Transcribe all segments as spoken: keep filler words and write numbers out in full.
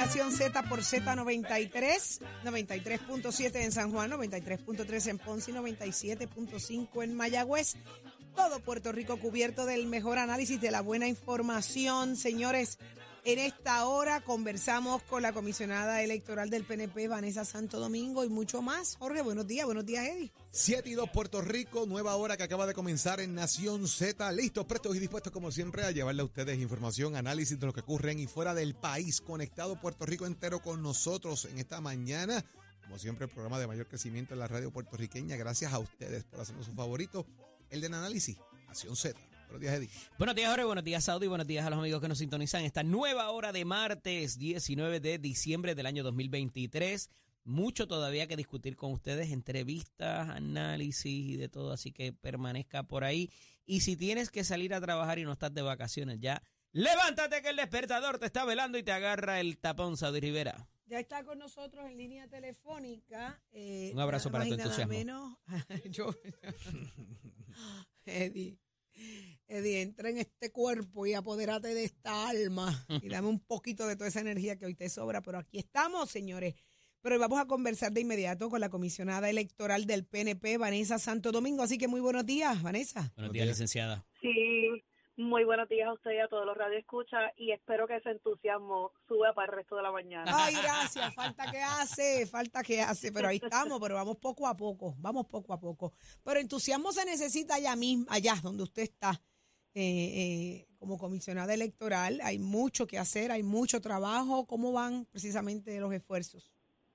Nación Z por Z noventa y tres, noventa y tres punto siete en San Juan, noventa y tres punto tres en Ponce y noventa y siete punto cinco en Mayagüez. Todo Puerto Rico cubierto del mejor análisis, de la buena información. Señores, en esta hora conversamos con la comisionada electoral del P N P, Vanessa Santo Domingo, y mucho más. Jorge, buenos días. Buenos días, Eddie. siete y dos Puerto Rico, nueva hora que acaba de comenzar en Nación Z. Listos, prestos y dispuestos como siempre a llevarle a ustedes información, análisis de lo que ocurre en y fuera del país. Conectado Puerto Rico entero con nosotros en esta mañana. Como siempre, el programa de mayor crecimiento en la radio puertorriqueña. Gracias a ustedes por hacernos su favorito, el del análisis, Nación Z. Buenos días, Eddie. Buenos días, Jorge. Buenos días, Saudi. Buenos días a los amigos que nos sintonizan esta nueva hora de martes diecinueve de diciembre del año dos mil veintitrés. Mucho todavía que discutir con ustedes, entrevistas, análisis y de todo, así que permanezca por ahí. Y si tienes que salir a trabajar y no estás de vacaciones ya, levántate que el despertador te está velando y te agarra el tapón, Saudi Rivera. Ya está con nosotros en línea telefónica. Eh, Un abrazo para tu entusiasmo. Menos, yo, Eddie, Eddie, entra en este cuerpo y apodérate de esta alma y dame un poquito de toda esa energía que hoy te sobra. Pero aquí estamos, señores. Pero hoy vamos a conversar de inmediato con la comisionada electoral del P N P, Vanessa Santo Domingo. Así que muy buenos días, Vanessa. Buenos días, licenciada. Sí, muy buenos días a usted y a todos los radioescuchas, y espero que ese entusiasmo suba para el resto de la mañana. Ay, gracias, falta que hace, falta que hace, pero ahí estamos, pero vamos poco a poco, vamos poco a poco. Pero entusiasmo se necesita allá mismo, allá donde usted está, eh, eh, como comisionada electoral. Hay mucho que hacer, hay mucho trabajo. ¿Cómo van precisamente los esfuerzos?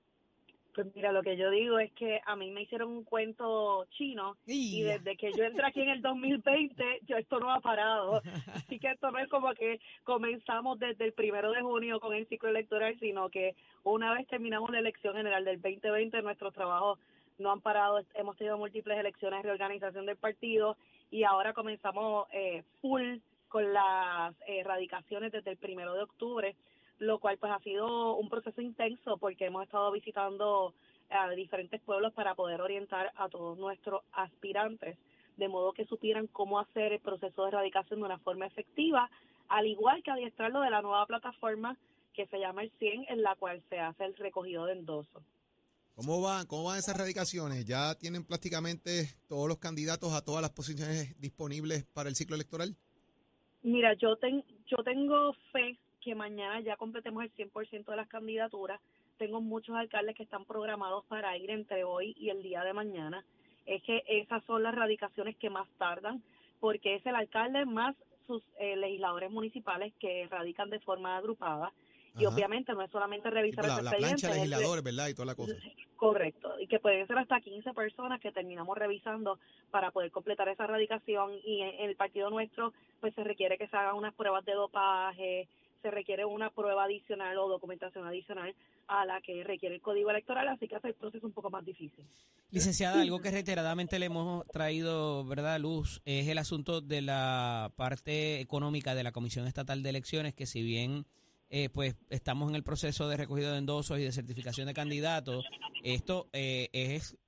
Pues mira, lo que yo digo es que a mí me hicieron un cuento chino y desde que yo entré aquí en el dos mil veinte, yo esto no ha parado. Así que esto no es como que comenzamos desde el primero de junio con el ciclo electoral, sino que una vez terminamos la elección general del veinte veinte, nuestros trabajos no han parado. Hemos tenido múltiples elecciones de reorganización del partido y ahora comenzamos eh, full con las eh, radicaciones desde el primero de octubre. Lo cual pues ha sido un proceso intenso porque hemos estado visitando a diferentes pueblos para poder orientar a todos nuestros aspirantes, de modo que supieran cómo hacer el proceso de erradicación de una forma efectiva, al igual que adiestrarlo de la nueva plataforma que se llama el cien, en la cual se hace el recogido de endosos. ¿Cómo van, cómo van esas erradicaciones? ¿Ya tienen prácticamente todos los candidatos a todas las posiciones disponibles para el ciclo electoral? Mira, yo, ten, yo tengo fe que mañana ya completemos el cien por ciento de las candidaturas. Tengo muchos alcaldes que están programados para ir entre hoy y el día de mañana. Es que esas son las radicaciones que más tardan, porque es el alcalde más sus eh, legisladores municipales que radican de forma agrupada. Ajá. Y obviamente no es solamente revisar sí, la, ese la expediente. plancha de legisladores, ¿verdad? Y toda la cosa. Correcto, y que pueden ser hasta quince personas que terminamos revisando para poder completar esa radicación. Y en, en el partido nuestro pues se requiere que se hagan unas pruebas de dopaje, se requiere una prueba adicional o documentación adicional a la que requiere el Código Electoral, así que hace el proceso un poco más difícil. Licenciada, algo que reiteradamente le hemos traído, ¿verdad?, luz, es el asunto de la parte económica de la Comisión Estatal de Elecciones, que si bien eh, pues estamos en el proceso de recogido de endosos y de certificación de candidatos, esto eh, es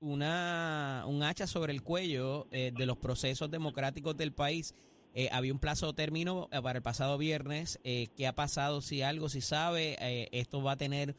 una un hacha sobre el cuello eh, de los procesos democráticos del país. Eh, había un plazo término para el pasado viernes. Eh, ¿Qué ha pasado? Si algo, si sabe, eh, esto va a tener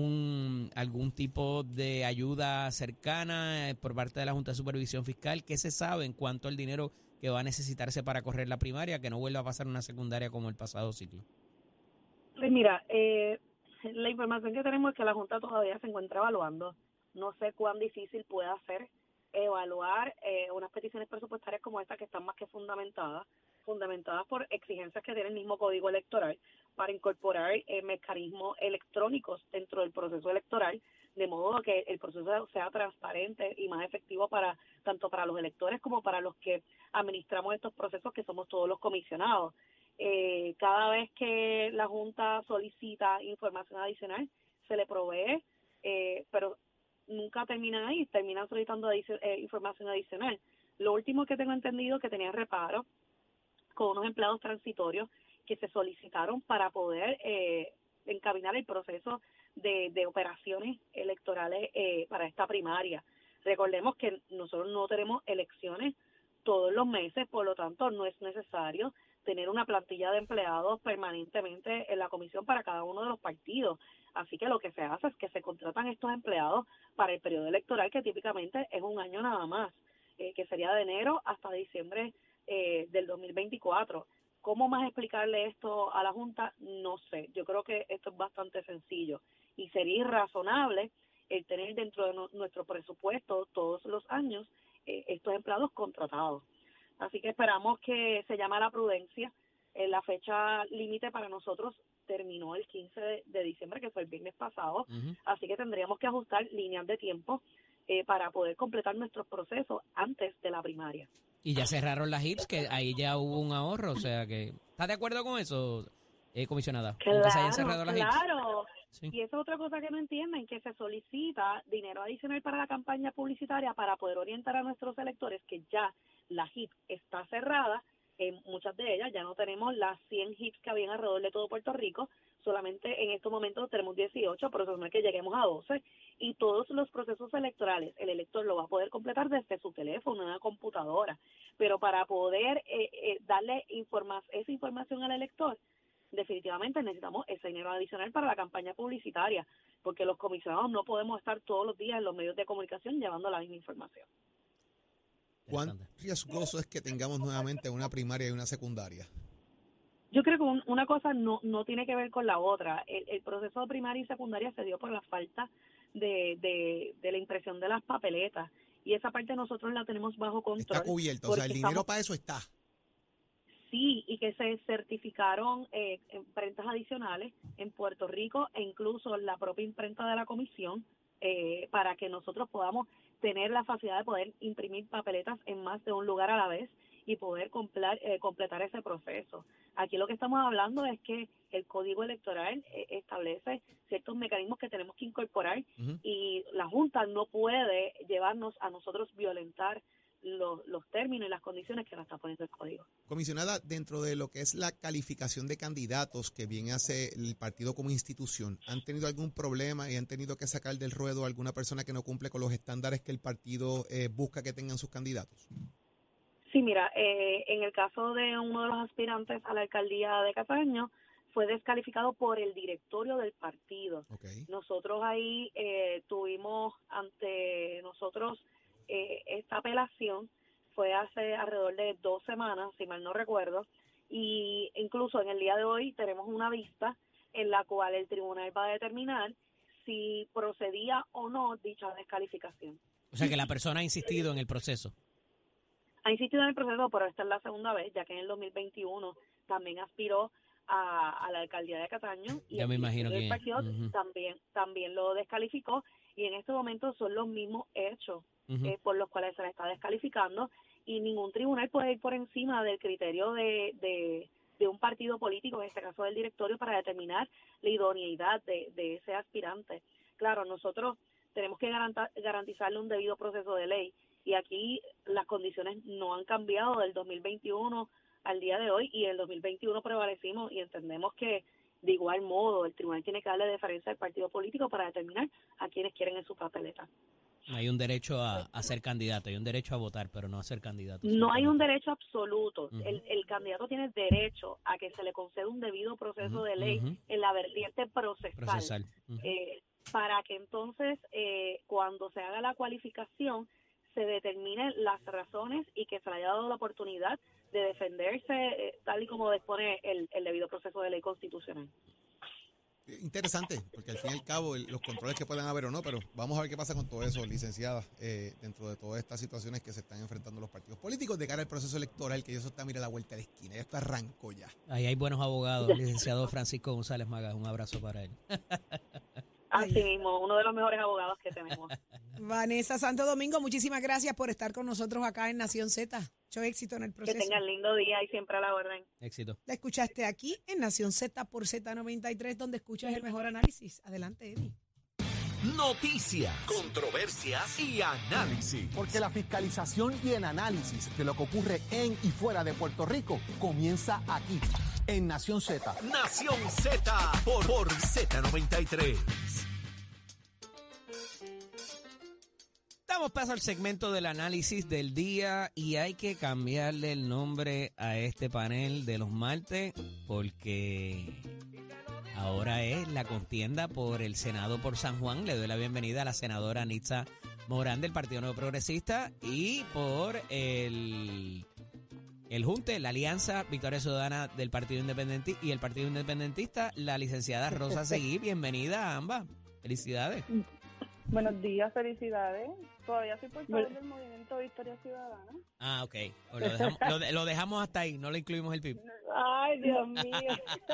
un algún tipo de ayuda cercana eh, por parte de la Junta de Supervisión Fiscal. ¿Qué se sabe en cuanto al dinero que va a necesitarse para correr la primaria, que no vuelva a pasar una secundaria como el pasado ciclo? Pues mira, eh, la información que tenemos es que la Junta todavía se encuentra evaluando. No sé cuán difícil pueda ser evaluar eh, unas peticiones presupuestarias como esta, que están más que fundamentadas, fundamentadas por exigencias que tiene el mismo Código Electoral para incorporar eh, mecanismos electrónicos dentro del proceso electoral, de modo que el proceso sea transparente y más efectivo para tanto para los electores como para los que administramos estos procesos, que somos todos los comisionados. Eh, cada vez que la Junta solicita información adicional, se le provee, eh, pero nunca terminan ahí, terminan solicitando adic- eh, información adicional. Lo último que tengo entendido es que tenían reparo con unos empleados transitorios que se solicitaron para poder eh, encaminar el proceso de, de operaciones electorales eh, para esta primaria. Recordemos que nosotros no tenemos elecciones todos los meses, por lo tanto no es necesario tener una plantilla de empleados permanentemente en la comisión para cada uno de los partidos. Así que lo que se hace es que se contratan estos empleados para el periodo electoral, que típicamente es un año nada más, eh, que sería de enero hasta diciembre eh, del dos mil veinticuatro. ¿Cómo más explicarle esto a la Junta? No sé. Yo creo que esto es bastante sencillo y sería irrazonable el tener dentro de no, nuestro presupuesto todos los años eh, estos empleados contratados. Así que esperamos que se llame a la prudencia. Eh, la fecha límite para nosotros terminó el quince de, de diciembre, que fue el viernes pasado, uh-huh. Así que tendríamos que ajustar líneas de tiempo eh, para poder completar nuestros procesos antes de la primaria. Y ya cerraron las H I P S, que ahí ya hubo un ahorro, o sea que... ¿Estás de acuerdo con eso, eh, comisionada? Claro, que se hayan cerrado las claro. H I P S. Sí. Y esa es otra cosa que no entienden, que se solicita dinero adicional para la campaña publicitaria para poder orientar a nuestros electores que ya la H I P está cerrada. En muchas de ellas ya no tenemos las cien H I Ps que habían alrededor de todo Puerto Rico, solamente en estos momentos tenemos dieciocho, pero eso no es que lleguemos a doce, y todos los procesos electorales el elector lo va a poder completar desde su teléfono, una computadora, pero para poder eh, eh, darle informa- esa información al elector, definitivamente necesitamos ese dinero adicional para la campaña publicitaria, porque los comisionados no podemos estar todos los días en los medios de comunicación llevando la misma información. ¿Cuán riesgoso es que tengamos nuevamente una primaria y una secundaria? Yo creo que un, una cosa no no tiene que ver con la otra. El, el proceso de primaria y secundaria se dio por la falta de, de, de la impresión de las papeletas. Y esa parte nosotros la tenemos bajo control. Está cubierto, o sea, el dinero estamos, para eso está. Sí, y que se certificaron eh, imprentas adicionales en Puerto Rico e incluso la propia imprenta de la comisión eh, para que nosotros podamos tener la facilidad de poder imprimir papeletas en más de un lugar a la vez y poder completar, eh, completar ese proceso. Aquí lo que estamos hablando es que el Código Electoral eh, establece ciertos mecanismos que tenemos que incorporar uh-huh. y la Junta no puede llevarnos a nosotros violentar los, los términos y las condiciones que nos está poniendo el Código. Comisionada, dentro de lo que es la calificación de candidatos que bien hace el partido como institución, ¿han tenido algún problema y han tenido que sacar del ruedo a alguna persona que no cumple con los estándares que el partido eh, busca que tengan sus candidatos? Sí, mira, eh, en el caso de uno de los aspirantes a la alcaldía de Cataño, fue descalificado por el directorio del partido. Okay. Nosotros ahí eh, tuvimos ante nosotros eh, esta apelación, fue hace alrededor de dos semanas, si mal no recuerdo, y incluso en el día de hoy tenemos una vista en la cual el tribunal va a determinar si procedía o no dicha descalificación. O sea que la persona ha insistido en el proceso. Ha insistido en el proceso, pero esta es la segunda vez, ya que en el dos mil veintiuno también aspiró a, a la alcaldía de Cataño y ya me imagino el que partido uh-huh. también también lo descalificó, y en este momento son los mismos hechos uh-huh. eh, por los cuales se le está descalificando, y ningún tribunal puede ir por encima del criterio de, de, de un partido político, en este caso del directorio, para determinar la idoneidad de, de ese aspirante. Claro, nosotros tenemos que garantizarle un debido proceso de ley, y aquí las condiciones no han cambiado del dos mil veintiuno al día de hoy, y en el dos mil veintiuno prevalecimos y entendemos que de igual modo el tribunal tiene que darle deferencia al partido político para determinar a quienes quieren en su papeleta. Hay un derecho a, a ser candidato, hay un derecho a votar, pero no a ser candidato. No hay un derecho absoluto. Uh-huh. El, el candidato tiene derecho a que se le conceda un debido proceso uh-huh. de ley uh-huh. en la vertiente procesal. procesal. Uh-huh. Eh, para que entonces, eh, cuando se haga la cualificación, se determinen las razones y que se le haya dado la oportunidad de defenderse eh, tal y como dispone el, el debido proceso de ley constitucional. Interesante, porque al fin y al cabo el, los controles que puedan haber o no, pero vamos a ver qué pasa con todo eso, licenciada, eh, dentro de todas estas situaciones que se están enfrentando los partidos políticos de cara al proceso electoral, que eso está, mira, a la vuelta de la esquina, ya está arrancó ya. Ahí hay buenos abogados, licenciado Francisco González Magas, un abrazo para él. Así mismo, uno de los mejores abogados que tenemos. Vanessa Santo Domingo, muchísimas gracias por estar con nosotros acá en Nación Z. Mucho éxito en el proceso. Que tengan lindo día y siempre a la orden. Éxito. La escuchaste aquí en Nación Z por Z noventa y tres, donde escuchas el mejor análisis. Adelante, Eddie. Noticias, controversias y análisis. Porque la fiscalización y el análisis de lo que ocurre en y fuera de Puerto Rico comienza aquí, en Nación Z. Nación Z por, por Z noventa y tres. Damos paso al segmento del análisis del día y hay que cambiarle el nombre a este panel de los martes porque ahora es la contienda por el Senado por San Juan. Le doy la bienvenida a la senadora Nitza Morán del Partido Nuevo Progresista y por el, el Junte, la Alianza Victoria Ciudadana del Partido Independentista y el Partido Independentista, la licenciada Rosa Seguí. Bienvenida a ambas. Felicidades. Buenos días, felicidades. Todavía soy portavoz del Movimiento Victoria Ciudadana. Ah, ok. Lo dejamos, lo, lo dejamos hasta ahí, no le incluimos el P I B. Ay, Dios mío.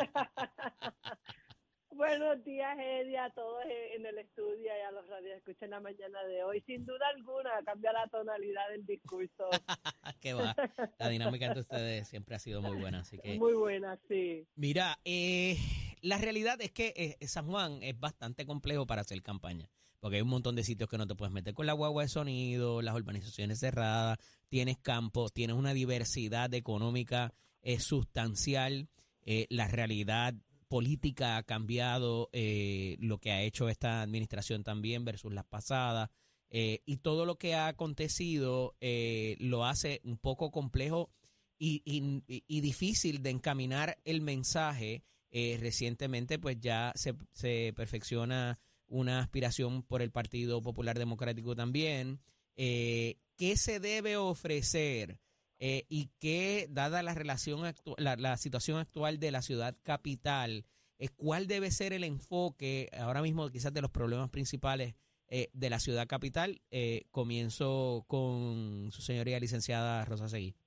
Buenos días, Eddie, a todos en el estudio y a los radioescuchas en la mañana de hoy. Sin duda alguna, cambia la tonalidad del discurso. Qué va. La dinámica entre ustedes siempre ha sido muy buena, así que... Muy buena, sí. Mira, eh, la realidad es que eh, San Juan es bastante complejo para hacer campaña, porque hay un montón de sitios que no te puedes meter con la guagua de sonido, las urbanizaciones cerradas, tienes campos, tienes una diversidad económica eh, sustancial, eh, la realidad política ha cambiado, eh, lo que ha hecho esta administración también versus las pasadas, eh, y todo lo que ha acontecido eh, lo hace un poco complejo y, y, y difícil de encaminar el mensaje. Eh, recientemente pues ya se, se perfecciona una aspiración por el Partido Popular Democrático también. Eh, ¿Qué se debe ofrecer? Eh, y que, dada la relación actu- la, la situación actual de la ciudad capital, eh, ¿cuál debe ser el enfoque ahora mismo quizás de los problemas principales eh, de la ciudad capital? Eh, comienzo con su señoría licenciada Rosa Seguí.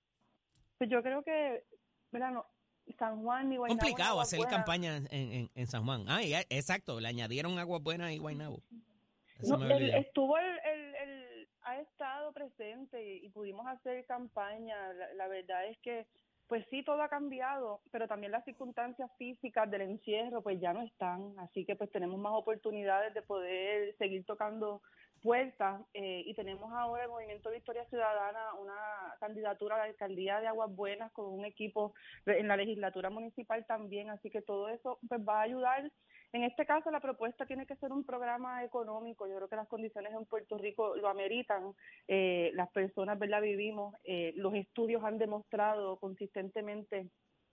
Pues yo creo que, ¿verdad? No, San Juan y Guaynabo. Complicado hacer Buena. campaña en, en, en San Juan. Ah, ya, exacto, le añadieron Aguas Buenas y Guaynabo. No, él estuvo el, el, el ha estado presente y pudimos hacer campaña. La, la verdad es que pues sí, todo ha cambiado, pero también las circunstancias físicas del encierro pues ya no están, así que pues tenemos más oportunidades de poder seguir tocando puertas eh, y tenemos ahora el Movimiento Victoria Ciudadana una candidatura a la alcaldía de Aguas Buenas con un equipo en la legislatura municipal también, así que todo eso pues va a ayudar. En este caso, la propuesta tiene que ser un programa económico. Yo creo que las condiciones en Puerto Rico lo ameritan. Eh, las personas, ¿verdad?, vivimos. Eh, los estudios han demostrado consistentemente,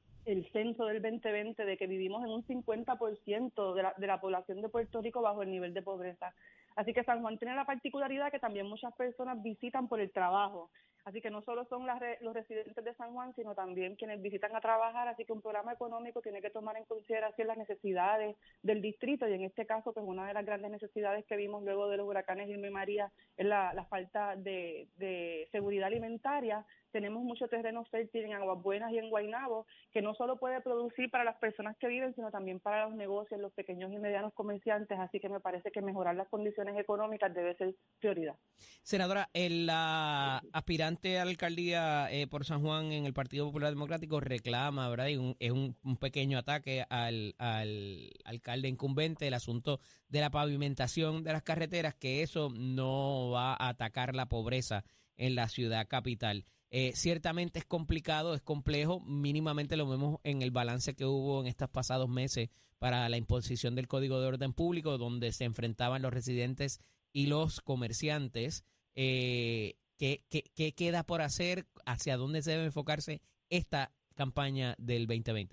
el censo del veinte veinte, de que vivimos en un cincuenta por ciento de la, de la población de Puerto Rico bajo el nivel de pobreza. Así que San Juan tiene la particularidad que también muchas personas visitan por el trabajo. Así que no solo son las re, los residentes de San Juan, sino también quienes visitan a trabajar. Así que un programa económico tiene que tomar en consideración las necesidades del distrito. Y en este caso, pues una de las grandes necesidades que vimos luego de los huracanes Irma y María es la, la falta de, de seguridad alimentaria. Tenemos mucho terreno fértil en Aguas Buenas y en Guaynabo, que no solo puede producir para las personas que viven, sino también para los negocios, los pequeños y medianos comerciantes. Así que me parece que mejorar las condiciones económicas debe ser prioridad. Senadora, el, la aspirante a la alcaldía eh, por San Juan en el Partido Popular Democrático reclama, ¿verdad? Y un, es un, un pequeño ataque al, al alcalde incumbente, el asunto de la pavimentación de las carreteras, que eso no va a atacar la pobreza en la ciudad capital. Eh, ciertamente es complicado, es complejo, mínimamente lo vemos en el balance que hubo en estos pasados meses para la imposición del Código de Orden Público, donde se enfrentaban los residentes y los comerciantes. Eh, ¿qué, qué, ¿Qué queda por hacer? ¿Hacia dónde se debe enfocarse esta campaña del veinte veinte?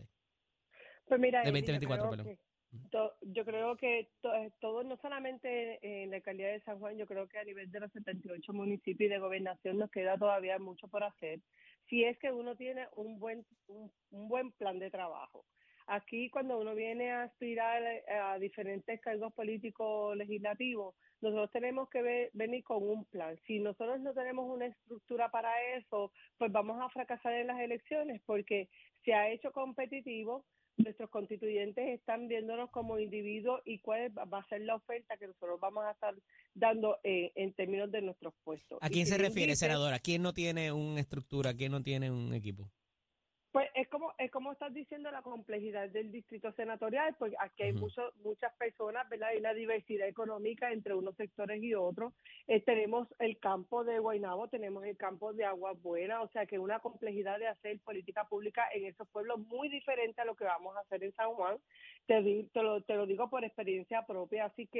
Pues mira, del veinte veinticuatro, yo creo perdón. que, to, yo creo que to, todo, no solamente en la alcaldía de San Juan, yo creo que a nivel de los setenta y ocho municipios y de gobernación nos queda todavía mucho por hacer. Si es que uno tiene un buen un, un buen plan de trabajo. Aquí, cuando uno viene a aspirar a diferentes cargos políticos legislativos, nosotros tenemos que ver, venir con un plan. Si nosotros no tenemos una estructura para eso, pues vamos a fracasar en las elecciones, porque se ha hecho competitivo. Nuestros constituyentes están viéndonos como individuos y cuál va a ser la oferta que nosotros vamos a estar dando eh, en términos de nuestros puestos. ¿A quién y se refiere, dice, senadora? ¿Quién no tiene una estructura? ¿Quién no tiene un equipo? Pues es como es como estás diciendo la complejidad del distrito senatorial, porque aquí hay Uh-huh. mucho, muchas personas, ¿verdad? Hay una diversidad económica entre unos sectores y otros. Eh, tenemos el campo de Guaynabo, tenemos el campo de Aguas Buenas, o sea que una complejidad de hacer política pública en esos pueblos muy diferente a lo que vamos a hacer en San Juan. Te, di, te, lo, te lo digo por experiencia propia, así que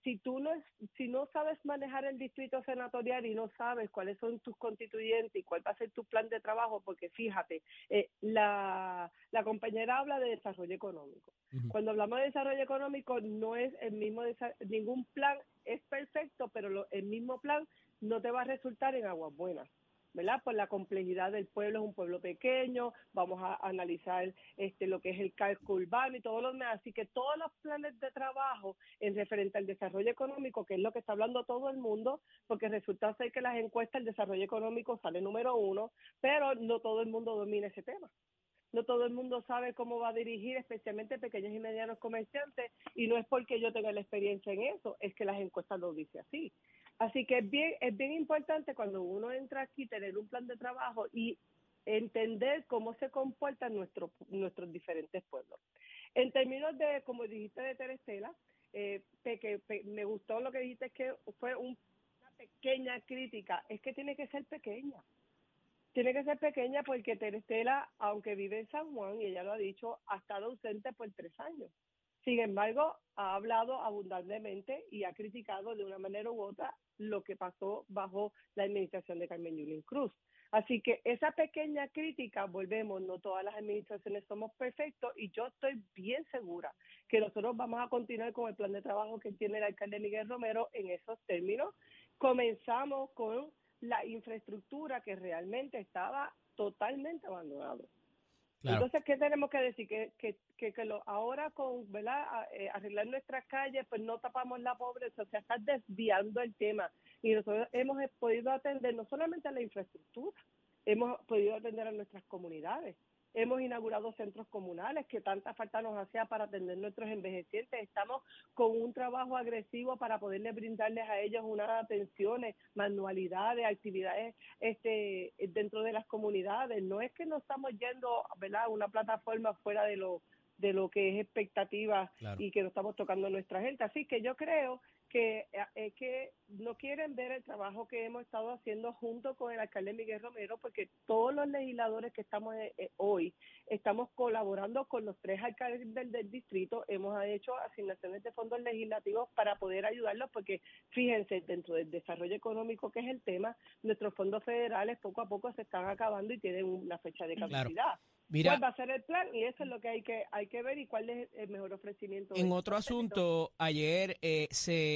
si tú no es, si no sabes manejar el distrito senatorial y no sabes cuáles son tus constituyentes y cuál va a ser tu plan de trabajo, porque fíjate, eh, la, la compañera habla de desarrollo económico. Uh-huh. Cuando hablamos de desarrollo económico, no es el mismo, ningún plan es perfecto, pero lo, el mismo plan no te va a resultar en aguas buenas, ¿verdad? Por la complejidad del pueblo, es un pueblo pequeño, vamos a analizar este lo que es el cálculo urbano y todo lo demás, así que todos los planes de trabajo en referente al desarrollo económico, que es lo que está hablando todo el mundo, porque resulta ser que las encuestas el desarrollo económico sale número uno, pero no todo el mundo domina ese tema. No todo el mundo sabe cómo va a dirigir, especialmente pequeños y medianos comerciantes, y no es porque yo tenga la experiencia en eso, es que las encuestas lo dicen así. Así que es bien, es bien importante cuando uno entra aquí tener un plan de trabajo y entender cómo se comportan nuestros nuestros diferentes pueblos. En términos de, como dijiste de Terestela, eh, que me gustó lo que dijiste, que fue un, una pequeña crítica, es que tiene que ser pequeña. Tiene que ser pequeña porque Terestela, aunque vive en San Juan, y ella lo ha dicho, ha estado ausente por tres años. Sin embargo, ha hablado abundantemente y ha criticado de una manera u otra lo que pasó bajo la administración de Carmen Yulín Cruz. Así que esa pequeña crítica, volvemos, no todas las administraciones somos perfectos y yo estoy bien segura que nosotros vamos a continuar con el plan de trabajo que tiene el alcalde Miguel Romero en esos términos. Comenzamos con la infraestructura que realmente estaba totalmente abandonada. Claro. Entonces, ¿qué tenemos que decir? Que que que, que lo, ahora con, ¿verdad? Eh, arreglar nuestras calles, pues no tapamos la pobreza, o sea, está desviando el tema. Y nosotros hemos podido atender no solamente a la infraestructura, hemos podido atender a nuestras comunidades. Hemos inaugurado centros comunales que tanta falta nos hacía para atender nuestros envejecientes. Estamos con un trabajo agresivo para poderles brindarles a ellos unas atenciones, manualidades, actividades este, dentro de las comunidades. No es que no estamos yendo, ¿verdad?, a una plataforma fuera de lo de lo que es expectativa, claro, y que no estamos tocando a nuestra gente. Así que yo creo que es que no quieren ver el trabajo que hemos estado haciendo junto con el alcalde Miguel Romero, porque todos los legisladores que estamos eh, hoy estamos colaborando con los tres alcaldes del, del distrito, hemos hecho asignaciones de fondos legislativos para poder ayudarlos, porque fíjense, dentro del desarrollo económico, que es el tema, nuestros fondos federales poco a poco se están acabando y tienen una fecha de caducidad. Claro. Mira, ¿cuál va a ser el plan? Y eso es lo que hay que hay que ver y cuál es el mejor ofrecimiento. En otro asunto, ayer eh,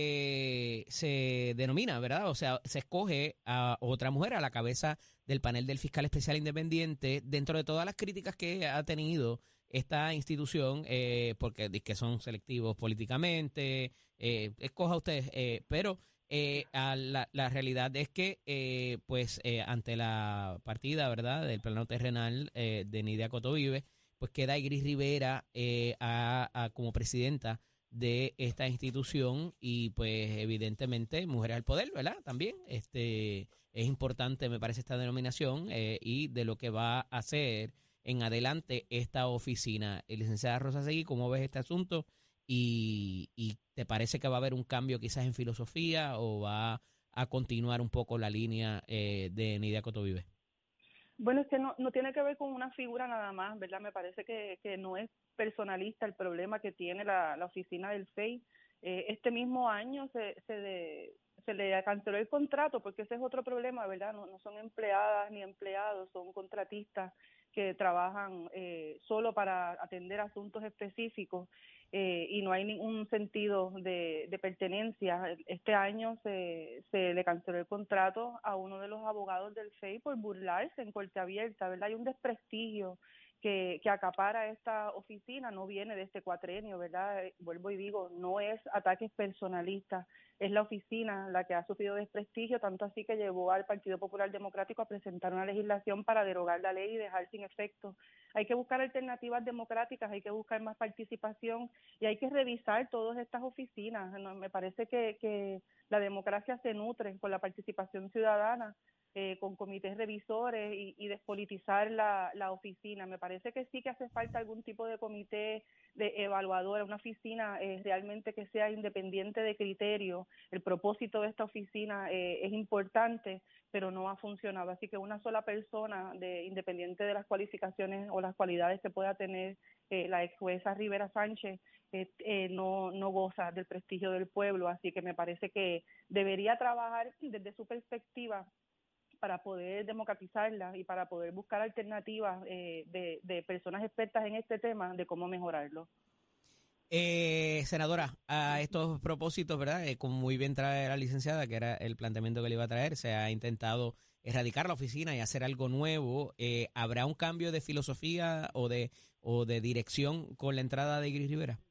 se, se denomina, ¿verdad? O sea, se escoge a otra mujer a la cabeza del panel del fiscal especial independiente dentro de todas las críticas que ha tenido esta institución, eh, porque que son selectivos políticamente, eh, escoja usted, eh, pero... Eh, a la, la realidad es que, eh, pues, eh, ante la partida, ¿verdad?, del plano terrenal eh, de Nidia Cotovive, pues queda Iris Rivera eh, a, a, como presidenta de esta institución y, pues, evidentemente, Mujeres al Poder, ¿verdad? También este es importante, me parece, esta denominación eh, y de lo que va a hacer en adelante esta oficina. Eh, licenciada Rosa Seguí, ¿cómo ves este asunto? Y, y ¿te parece que va a haber un cambio quizás en filosofía o va a continuar un poco la línea eh, de Nidia Cotovive? Bueno, es que no, no tiene que ver con una figura nada más, ¿verdad? Me parece que, que no es personalista el problema que tiene la, la oficina del F E I. Eh, este mismo año se, se, de, se le canceló el contrato, porque ese es otro problema, ¿verdad? No, no son empleadas ni empleados, son contratistas que trabajan eh, solo para atender asuntos específicos. Eh, y no hay ningún sentido de, de pertenencia. Este año se, se le canceló el contrato a uno de los abogados del F E I por burlarse en corte abierta, ¿verdad? Hay un desprestigio que, que acapara esta oficina, no viene de este cuatrenio, ¿verdad? Vuelvo y digo, no es ataques personalistas, es la oficina la que ha sufrido desprestigio, tanto así que llevó al Partido Popular Democrático a presentar una legislación para derogar la ley y dejar sin efecto. Hay que buscar alternativas democráticas, hay que buscar más participación y hay que revisar todas estas oficinas. Me parece que, que la democracia se nutre con la participación ciudadana, eh, con comités revisores y, y despolitizar la, la oficina. Me parece que sí que hace falta algún tipo de comité de evaluador, una oficina eh, realmente que sea independiente de criterio. El propósito de esta oficina eh, es importante, pero no ha funcionado. Así que una sola persona, de, independiente de las cualificaciones o las cualidades que pueda tener eh, la ex jueza Rivera Sánchez eh, eh, no, no goza del prestigio del pueblo, así que me parece que debería trabajar desde su perspectiva para poder democratizarla y para poder buscar alternativas eh, de, de personas expertas en este tema de cómo mejorarlo. Eh, senadora, a estos propósitos, ¿verdad? Eh, como muy bien trae la licenciada, que era el planteamiento que le iba a traer, se ha intentado erradicar la oficina y hacer algo nuevo. Eh, ¿Habrá un cambio de filosofía o de o de dirección con la entrada de Iris Rivera?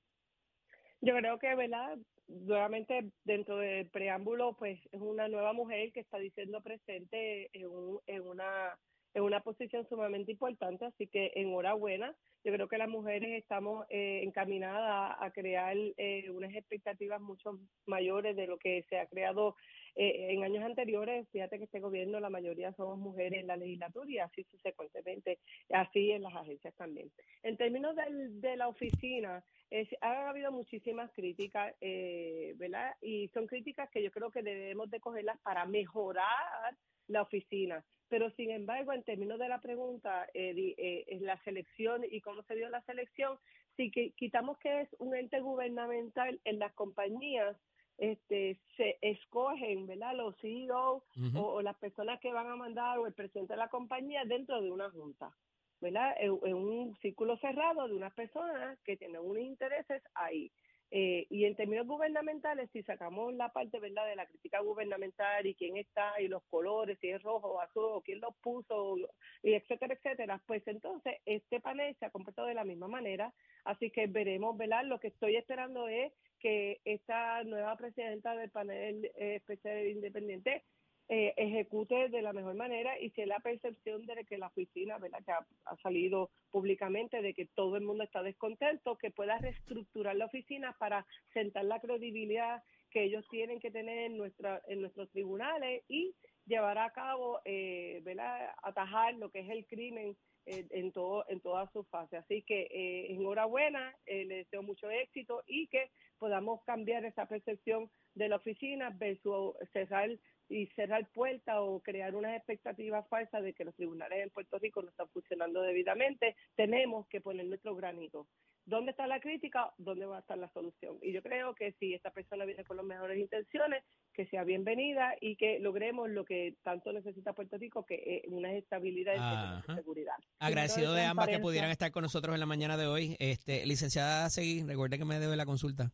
Yo creo que, ¿verdad? Nuevamente, dentro del preámbulo, pues es una nueva mujer que está diciendo presente en, un, en una en una posición sumamente importante, así que enhorabuena. Yo creo que las mujeres estamos eh, encaminadas a crear eh, unas expectativas mucho mayores de lo que se ha creado eh, en años anteriores. Fíjate que este gobierno, la mayoría somos mujeres en la legislatura y así subsecuentemente, así en las agencias también. En términos del, de la oficina, es, ha habido muchísimas críticas, eh, ¿verdad? Y son críticas que yo creo que debemos de cogerlas para mejorar la oficina. Pero, sin embargo, en términos de la pregunta, eh, eh, la selección y cómo se dio la selección, si que, quitamos que es un ente gubernamental, en las compañías este, se escogen, ¿verdad?, los C E O uh-huh. o, o las personas que van a mandar o el presidente de la compañía dentro de una junta, ¿verdad?, en, en un círculo cerrado de unas personas que tienen unos intereses ahí. Eh, y en términos gubernamentales, si sacamos la parte, ¿verdad?, de la crítica gubernamental y quién está y los colores, si es rojo o azul o quién los puso, y etcétera, etcétera, pues entonces este panel se ha comportado de la misma manera. Así que veremos, ¿verdad? Lo que estoy esperando es que esta nueva presidenta del panel eh, especial independiente Eh, ejecute de la mejor manera, y si es la percepción de que la oficina, ¿verdad?, que ha, ha salido públicamente de que todo el mundo está descontento, que pueda reestructurar la oficina para sentar la credibilidad que ellos tienen que tener en nuestra en nuestros tribunales y llevar a cabo, eh, ¿verdad?, atajar lo que es el crimen eh, en todo en toda su fase. Así que eh, enhorabuena, eh, le deseo mucho éxito y que podamos cambiar esa percepción de la oficina versus cerrar y cerrar puertas o crear unas expectativas falsas de que los tribunales en Puerto Rico no están funcionando debidamente. Tenemos que poner nuestro granito. ¿Dónde está la crítica? ¿Dónde va a estar la solución? Y yo creo que si esta persona viene con las mejores intenciones, que sea bienvenida y que logremos lo que tanto necesita Puerto Rico, que es una estabilidad y seguridad. Agradecido de ambas que pudieran estar con nosotros en la mañana de hoy. Este, licenciada Seguí, recuerde que me debe la consulta.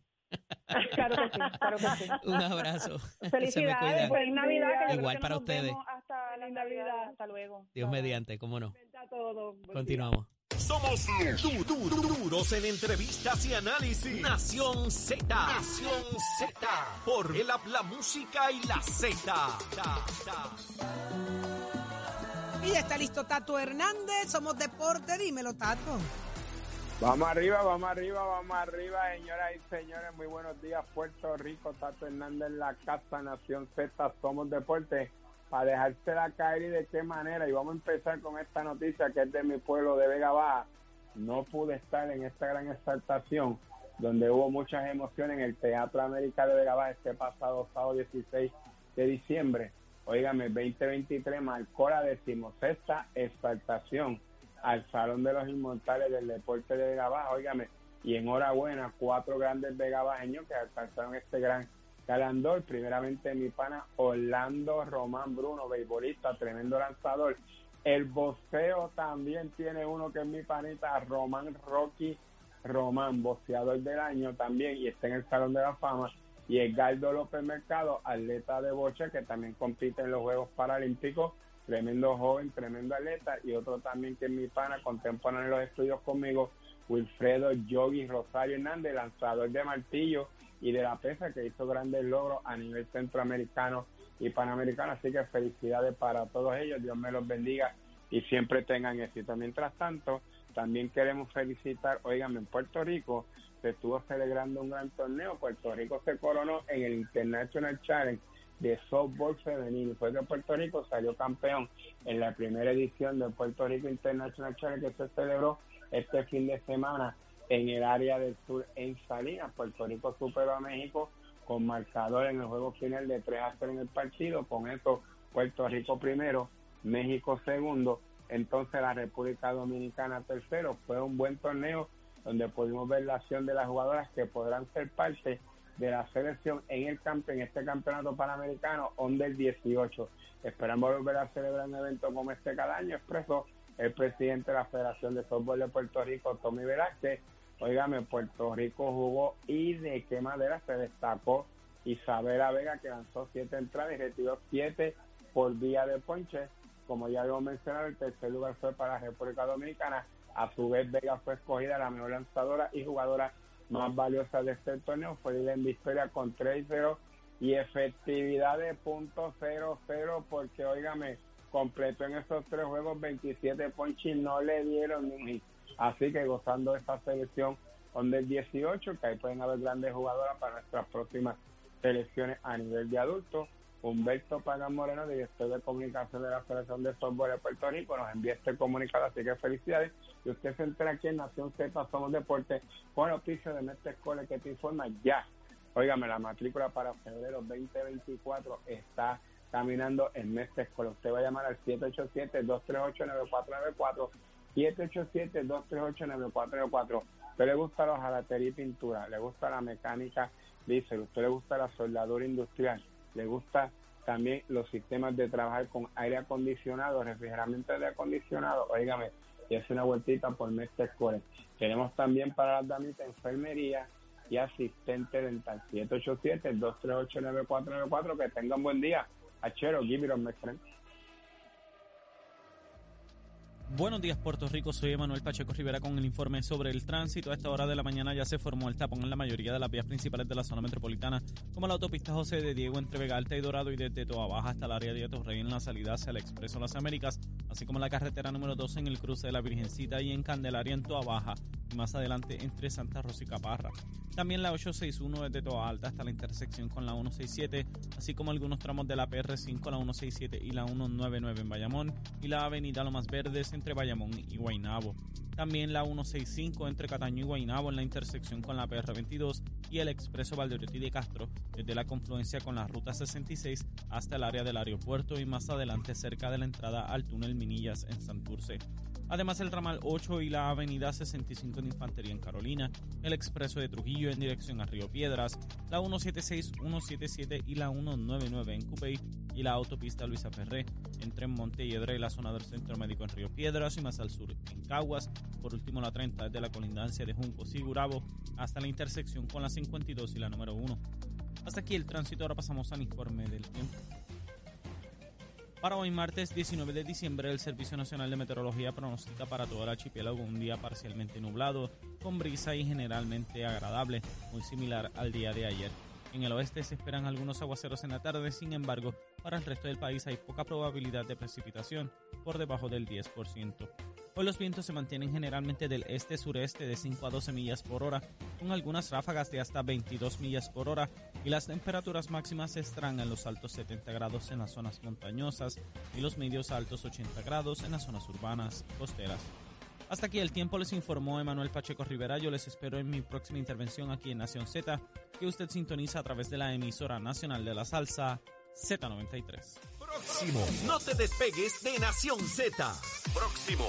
Claro que sí, claro que sí. Un abrazo. Felicidades, feliz Navidad. Que Igual para ustedes. Hasta la Navidad. Hasta luego. Dios Bye. mediante, cómo no. Todo. Continuamos. Somos du du du duros en entrevistas y análisis. Nación Z. Nación Z. Por el la música y la Z. Y ya está listo Tato Hernández. Somos Deporte. Dímelo, Tato. Vamos arriba, vamos arriba, vamos arriba, señoras y señores. Muy buenos días, Puerto Rico. Tato Hernández en la casa, Nación Z, Somos Deporte. Para dejársela caer y de qué manera. Y vamos a empezar con esta noticia que es de mi pueblo de Vega Baja. No pude estar en esta gran exaltación donde hubo muchas emociones en el Teatro América de Vega Baja este pasado sábado dieciséis de diciembre. Óigame, veinte veintitrés marcó la decimosexta exaltación al Salón de los Inmortales del Deporte de Vega Baja, óigame, y enhorabuena, cuatro grandes vegabajeños que alcanzaron este gran galardón. Primeramente mi pana Orlando Román Bruno, beisbolista, tremendo lanzador. El boxeo también tiene uno que es mi panita, Román Rocky Román, boxeador del año también, y está en el Salón de la Fama. Y Edgardo López Mercado, atleta de bocha, que también compite en los Juegos Paralímpicos, tremendo joven, tremendo atleta. Y otro también que es mi pana, contemporáneo en los estudios conmigo, Wilfredo Yogi Rosario Hernández, lanzador de martillo y de la pesa, que hizo grandes logros a nivel centroamericano y panamericano. Así que felicidades para todos ellos, Dios me los bendiga y siempre tengan éxito. Mientras tanto, también queremos felicitar, oigan, en Puerto Rico se estuvo celebrando un gran torneo. Puerto Rico se coronó en el International Challenge de softball femenino, y fue que Puerto Rico salió campeón en la primera edición del Puerto Rico International Challenge, que se celebró este fin de semana en el área del sur en Salinas. Puerto Rico superó a México con marcador en el juego final de tres a cero en el partido. Con eso Puerto Rico primero, México segundo, entonces la República Dominicana tercero. Fue un buen torneo donde pudimos ver la acción de las jugadoras que podrán ser parte de la selección en el campo, en este campeonato panamericano under dieciocho. Esperamos volver a celebrar un evento como este cada año, expresó el presidente de la Federación de Softball de Puerto Rico, Tommy Velázquez. Óigame, Puerto Rico jugó y de qué manera se destacó Isabela Vega, que lanzó siete entradas y retiró siete por vía de ponche. Como ya habíamos mencionado, el tercer lugar fue para la República Dominicana. A su vez, Vega fue escogida la mejor lanzadora y jugadora más valiosa de este torneo. Fue líder en victoria con tres cero y efectividad de punto cero cero, porque, óigame, completó en esos tres juegos veintisiete ponches y no le dieron ni un hit. Así que gozando de esta selección under dieciocho, que ahí pueden haber grandes jugadoras para nuestras próximas selecciones a nivel de adultos. Humberto Pagan Moreno, director de comunicación de la Federación de Softball de Puerto Rico, nos envía este comunicado, así que felicidades. Y usted se entera aquí en Nación Z, Somos Deporte, con el oficio de Mestre Escuela, que te informa ya. Óigame, la matrícula para febrero veinte veinticuatro está caminando en Mestre Escuela. Usted va a llamar al siete ocho siete, dos tres ocho, nueve cuatro nueve cuatro, siete ocho siete, dos tres ocho, nueve cuatro nueve cuatro. ¿A usted le gusta la hojalatería y pintura? ¿Le gusta la mecánica diésel? ¿A usted le gusta la soldadura industrial? ¿Le gusta también los sistemas de trabajar con aire acondicionado, refrigeramiento de aire acondicionado? Óigame, y hace una vueltita por Mestre Escuela. Tenemos también para las damitas enfermería y asistente dental. siete ocho siete, dos tres ocho, nueve cuatro nueve cuatro. Que tengan buen día. Achero, give it on, my friend. Buenos días, Puerto Rico. Soy Emanuel Pacheco Rivera con el informe sobre el tránsito. A esta hora de la mañana ya se formó el tapón en la mayoría de las vías principales de la zona metropolitana, como la autopista José de Diego entre Vega Alta y Dorado y desde Toa Baja hasta el área de Atorrey en la salida hacia el Expreso Las Américas, así como la carretera número dos en el cruce de la Virgencita y en Candelaria en Toa Baja y más adelante entre Santa Rosa y Caparra. También la ochocientos sesenta y uno desde Toa Alta hasta la intersección con la ciento sesenta y siete, así como algunos tramos de la P R cinco, la ciento sesenta y siete y la ciento noventa y nueve en Bayamón y la avenida Lomas Verdes entre Bayamón y Guaynabo. También la ciento sesenta y cinco entre Cataño y Guaynabo en la intersección con la P R veintidós y el expreso Valdeoriotti de Castro desde la confluencia con la ruta sesenta y seis hasta el área del aeropuerto y más adelante cerca de la entrada al túnel Minillas en Santurce. Además, el ramal ocho y la avenida sesenta y cinco de Infantería en Carolina, el expreso de Trujillo en dirección a Río Piedras, la ciento setenta y seis, ciento setenta y siete y la ciento noventa y nueve en Cupey y la autopista Luisa Ferré entre Montelledra y la zona del Centro Médico en Río Piedras y más al sur en Caguas. Por último, la treinta desde la colindancia de Juncos y Gurabo hasta la intersección con la cincuenta y dos y la número uno. Hasta aquí el tránsito, ahora pasamos al informe del tiempo. Para hoy, martes diecinueve de diciembre, el Servicio Nacional de Meteorología pronostica para todo el archipiélago un día parcialmente nublado, con brisa y generalmente agradable, muy similar al día de ayer. En el oeste se esperan algunos aguaceros en la tarde, sin embargo, para el resto del país hay poca probabilidad de precipitación, por debajo del diez por ciento. Hoy los vientos se mantienen generalmente del este-sureste de cinco a doce millas por hora, con algunas ráfagas de hasta veintidós millas por hora, y las temperaturas máximas estarán en los altos setenta grados en las zonas montañosas y los medios altos ochenta grados en las zonas urbanas costeras. Hasta aquí el tiempo, les informó Emanuel Pacheco Rivera. Yo les espero en mi próxima intervención aquí en Nación Z, que usted sintoniza a través de la emisora nacional de la salsa Z noventa y tres. Próximo. No te despegues de Nación Z. Próximo.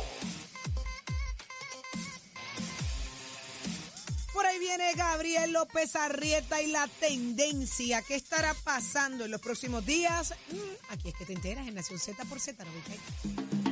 Por ahí viene Gabriel López Arrieta y la tendencia. ¿Qué estará pasando en los próximos días? Mm, aquí es que te enteras en Nación Z por Z noventa y tres.